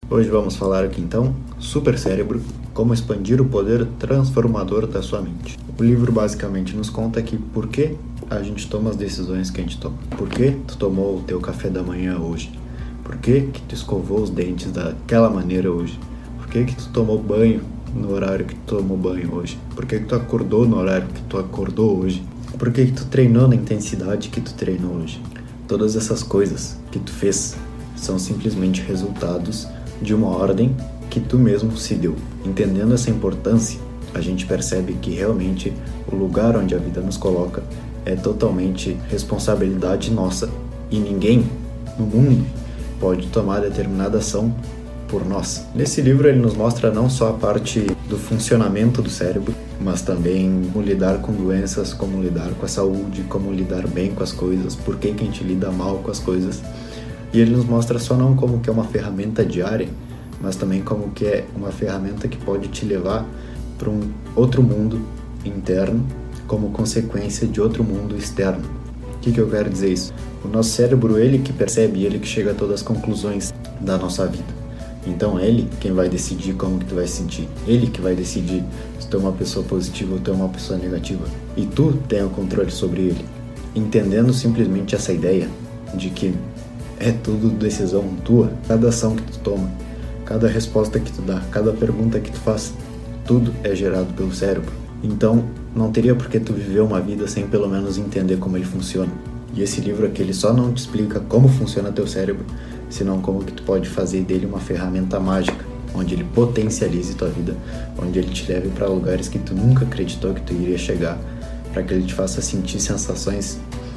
Hoje vamos falar aqui então, Super Cérebro, como expandir o poder transformador da sua mente. O livro basicamente nos conta aqui por que a gente toma as decisões que a gente toma. Por que tu tomou o teu café da manhã hoje? Por que tu escovou os dentes daquela maneira hoje? Por que tu tomou banho no horário que tu tomou banho hoje? Por que tu acordou no horário que tu acordou hoje? Por que tu treinou na intensidade que tu treinou hoje? Todas essas coisas que tu fez são simplesmente resultados de uma ordem que tu mesmo se deu. Entendendo essa importância, a gente percebe que realmente o lugar onde a vida nos coloca é totalmente responsabilidade nossa e ninguém no mundo pode tomar determinada ação por nós. Nesse livro ele nos mostra não só a parte do funcionamento do cérebro, mas também como lidar com doenças, como lidar com a saúde, como lidar bem com as coisas, por que a gente lida mal com as coisas. E ele nos mostra só não como que é uma ferramenta diária, mas também como que é uma ferramenta que pode te levar para um outro mundo interno, como consequência de outro mundo externo. O que eu quero dizer isso? O nosso cérebro, ele que percebe, ele que chega a todas as conclusões da nossa vida. Então é ele quem vai decidir como que tu vai se sentir. Ele que vai decidir se tu é uma pessoa positiva ou tu é uma pessoa negativa. E tu tem o controle sobre ele. Entendendo simplesmente essa ideia de que é tudo decisão tua, cada ação que tu toma, cada resposta que tu dá, cada pergunta que tu faz, tudo é gerado pelo cérebro. Então, não teria por que tu viver uma vida sem pelo menos entender como ele funciona. E esse livro aqui, ele só não te explica como funciona teu cérebro, senão como que tu pode fazer dele uma ferramenta mágica, onde ele potencialize tua vida, onde ele te leve para lugares que tu nunca acreditou que tu iria chegar, para que ele te faça sentir sensações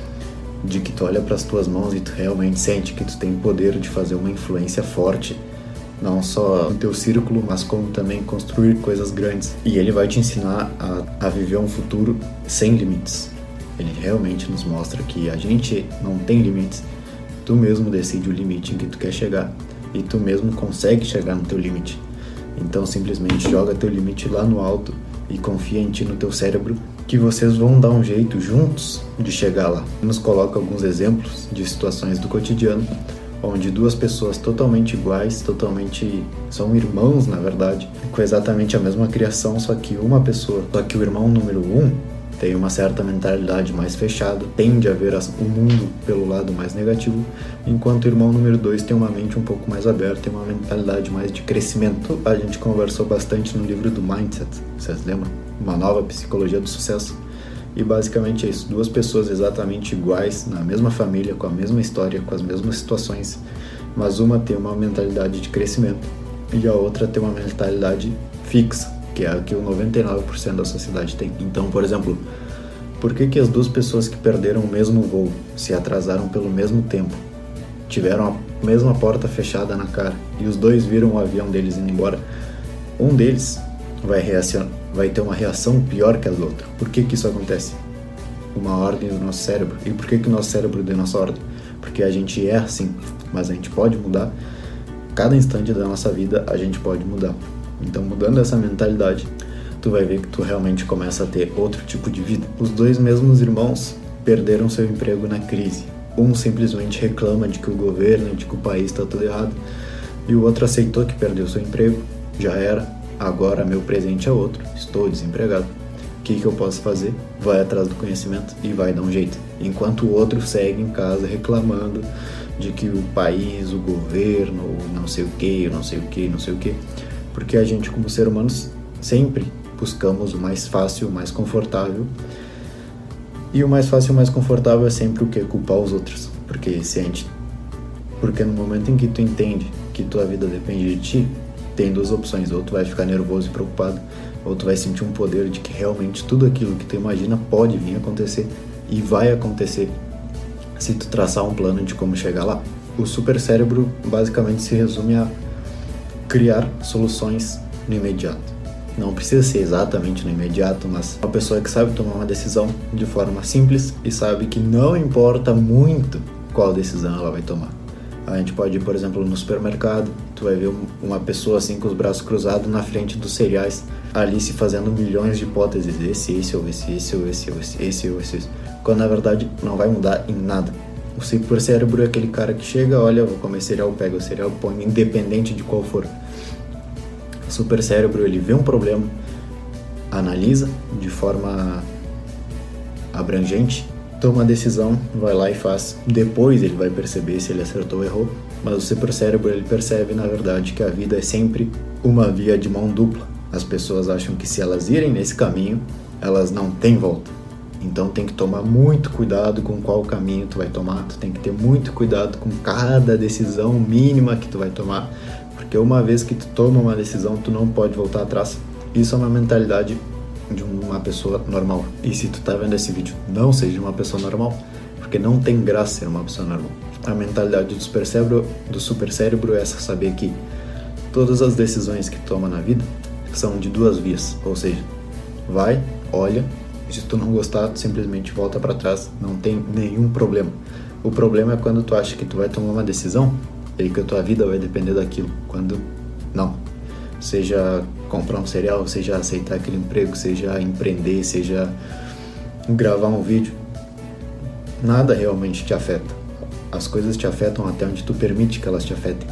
de que tu olha para as tuas mãos e tu realmente sente que tu tem poder de fazer uma influência forte, não só no teu círculo, mas como também construir coisas grandes. E ele vai te ensinar a viver um futuro sem limites. Ele realmente nos mostra que a gente não tem limites. Tu mesmo decide o limite em que tu quer chegar e tu mesmo consegue chegar no teu limite. Então simplesmente joga teu limite lá no alto e confia em ti, no teu cérebro, que vocês vão dar um jeito juntos de chegar lá. Nos coloca alguns exemplos de situações do cotidiano, onde duas pessoas totalmente iguais, são irmãos na verdade, com exatamente a mesma criação, só que o irmão número 1 tem uma certa mentalidade mais fechada, tende a ver o mundo pelo lado mais negativo, enquanto o irmão número 2 tem uma mente um pouco mais aberta, tem uma mentalidade mais de crescimento. A gente conversou bastante no livro do Mindset, vocês lembram? Uma nova psicologia do sucesso. E basicamente é isso, duas pessoas exatamente iguais, na mesma família, com a mesma história, com as mesmas situações, mas uma tem uma mentalidade de crescimento e a outra tem uma mentalidade fixa, que é a que o 99% da sociedade tem. Então, por exemplo, por que as duas pessoas que perderam o mesmo voo, se atrasaram pelo mesmo tempo, tiveram a mesma porta fechada na cara e os dois viram o avião deles indo embora, um deles vai ter uma reação pior que a do outro? Por que isso acontece? Uma ordem do nosso cérebro. E por que o nosso cérebro deu nossa ordem? Porque a gente é assim, mas a gente pode mudar. Cada instante da nossa vida a gente pode mudar. Então, mudando essa mentalidade, tu vai ver que tu realmente começa a ter outro tipo de vida. Os dois mesmos irmãos perderam seu emprego na crise. Um simplesmente reclama de que o governo, de que o país está tudo errado, e o outro aceitou que perdeu seu emprego, já era, agora meu presente é outro, estou desempregado. O que eu posso fazer? Vai atrás do conhecimento e vai dar um jeito. Enquanto o outro segue em casa reclamando de que o país, o governo, não sei o que, não sei o que, não sei o que. Porque a gente, como ser humanos, sempre buscamos o mais fácil, o mais confortável. E o mais fácil e o mais confortável é sempre o que? Culpar os outros. Porque no momento em que tu entende que tua vida depende de ti, tem duas opções: ou tu vai ficar nervoso e preocupado, ou tu vai sentir um poder de que realmente tudo aquilo que tu imagina pode vir a acontecer e vai acontecer se tu traçar um plano de como chegar lá. O super cérebro basicamente se resume a criar soluções no imediato. Não precisa ser exatamente no imediato, mas uma pessoa que sabe tomar uma decisão de forma simples e sabe que não importa muito qual decisão ela vai tomar. A gente pode ir, por exemplo, no supermercado, tu vai ver uma pessoa assim com os braços cruzados na frente dos cereais, ali se fazendo milhões de hipóteses, esse, quando na verdade não vai mudar em nada. O supercérebro é aquele cara que chega, olha, vou comer cereal, pega o cereal, põe, independente de qual for. O supercérebro, ele vê um problema, analisa de forma abrangente, toma a decisão, vai lá e faz. Depois ele vai perceber se ele acertou ou errou, mas o supercérebro, ele percebe, na verdade, que a vida é sempre uma via de mão dupla. As pessoas acham que se elas irem nesse caminho, elas não têm volta. Então tem que tomar muito cuidado com qual caminho tu vai tomar, tu tem que ter muito cuidado com cada decisão mínima que tu vai tomar, porque uma vez que tu toma uma decisão, tu não pode voltar atrás. Isso é uma mentalidade de uma pessoa normal. E se tu tá vendo esse vídeo, não seja uma pessoa normal, porque não tem graça ser uma pessoa normal. A mentalidade do supercérebro é essa, saber que todas as decisões que tu toma na vida são de duas vias, ou seja, vai, olha, se tu não gostar, tu simplesmente volta para trás, não tem nenhum problema. O problema é quando tu acha que tu vai tomar uma decisão e que a tua vida vai depender daquilo, quando não. Seja comprar um cereal, seja aceitar aquele emprego, seja empreender, seja gravar um vídeo, nada realmente te afeta. As coisas te afetam até onde tu permite que elas te afetem.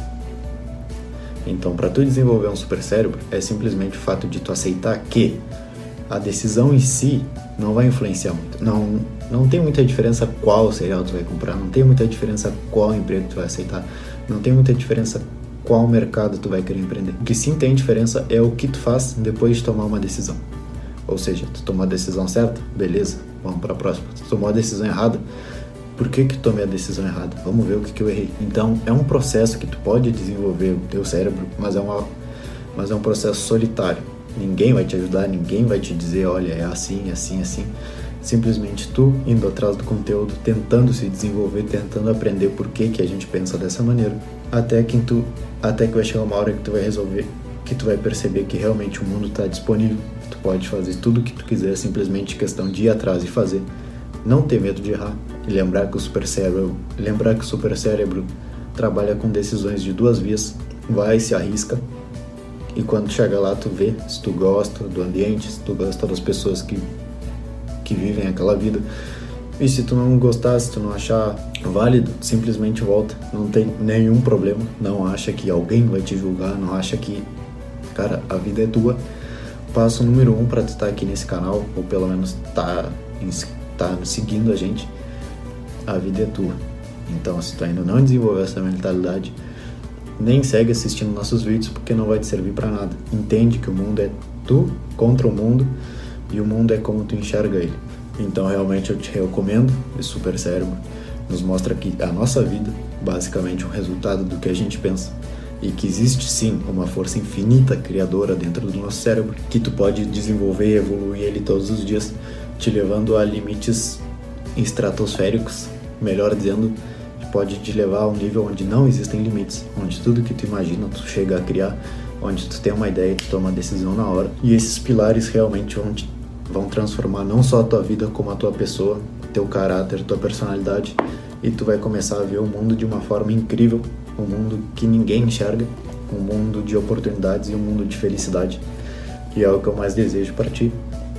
Então, para tu desenvolver um supercérebro, é simplesmente o fato de tu aceitar que a decisão em si não vai influenciar muito. Não tem muita diferença qual cereal tu vai comprar, não tem muita diferença qual emprego tu vai aceitar, não tem muita diferença qual mercado tu vai querer empreender. O que sim tem diferença é o que tu faz depois de tomar uma decisão. Ou seja, tu tomou a decisão certa, beleza, vamos para a próxima. Tu tomou a decisão errada, por que que tomei a decisão errada? Vamos ver o que eu errei. Então, é um processo que tu pode desenvolver o teu cérebro, mas é um processo solitário. Ninguém vai te ajudar, ninguém vai te dizer, olha, é assim, assim, assim. Simplesmente tu indo atrás do conteúdo, tentando se desenvolver, tentando aprender por que a gente pensa dessa maneira, até que vai chegar uma hora que tu vai resolver, que tu vai perceber que realmente o mundo está disponível. Tu pode fazer tudo o que tu quiser, simplesmente questão de ir atrás e fazer. Não ter medo de errar e lembrar que o supercérebro trabalha com decisões de duas vias, vai, se arrisca. E quando chega lá, tu vê se tu gosta do ambiente, se tu gosta das pessoas que vivem aquela vida. E se tu não gostar, se tu não achar válido, simplesmente volta. Não tem nenhum problema. Não acha que alguém vai te julgar, não acha que, cara, a vida é tua. Passo número 1 para tu estar aqui nesse canal, ou pelo menos tá seguindo a gente, a vida é tua. Então, se tu ainda não desenvolveu essa mentalidade, nem segue assistindo nossos vídeos, porque não vai te servir para nada. Entende que o mundo é tu contra o mundo, e o mundo é como tu enxerga ele. Então, realmente, eu te recomendo esse supercérebro. Nos mostra que a nossa vida, basicamente, é um resultado do que a gente pensa. E que existe, sim, uma força infinita criadora dentro do nosso cérebro, que tu pode desenvolver e evoluir ele todos os dias, te levando a limites estratosféricos, melhor dizendo, pode te levar a um nível onde não existem limites, onde tudo que tu imagina tu chega a criar, onde tu tem uma ideia e tu toma a decisão na hora. E esses pilares realmente vão transformar não só a tua vida, como a tua pessoa, teu caráter, tua personalidade, e tu vai começar a ver o mundo de uma forma incrível, um mundo que ninguém enxerga, um mundo de oportunidades e um mundo de felicidade, que é o que eu mais desejo para ti.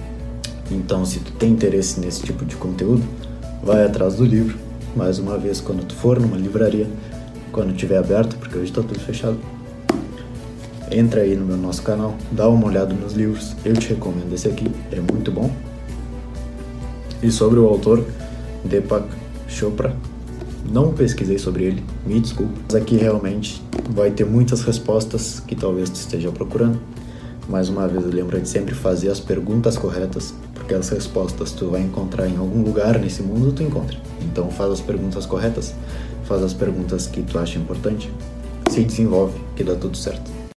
Então, se tu tem interesse nesse tipo de conteúdo, vai atrás do livro. Mais uma vez, quando tu for numa livraria, quando tiver aberto, porque hoje está tudo fechado, entra aí no nosso canal, dá uma olhada nos livros. Eu te recomendo esse aqui, é muito bom. E sobre o autor, Deepak Chopra, não pesquisei sobre ele, me desculpa, mas aqui realmente vai ter muitas respostas que talvez tu esteja procurando. Mais uma vez, lembra de sempre fazer as perguntas corretas, porque as respostas tu vai encontrar em algum lugar nesse mundo, tu encontra. Então faz as perguntas corretas, faz as perguntas que tu acha importante, se desenvolve, que dá tudo certo.